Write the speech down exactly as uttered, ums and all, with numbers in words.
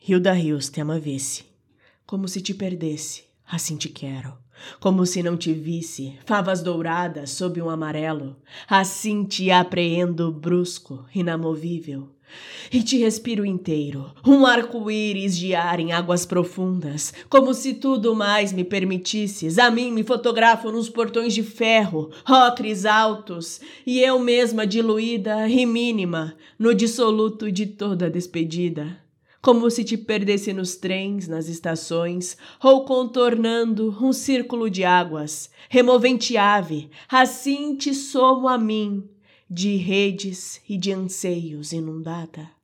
Hilda Rios te ama-visse, como se te perdesse, assim te quero. Como se não te visse, favas douradas sob um amarelo, assim te apreendo brusco, inamovível. E te respiro inteiro, um arco-íris de ar em águas profundas, como se tudo mais me permitisses. A mim me fotografo nos portões de ferro, ocres altos, e eu mesma diluída e mínima, no dissoluto de toda despedida. Como se te perdesse nos trens, nas estações, ou contornando um círculo de águas, removente ave, assim te somo a mim, de redes e de anseios inundada.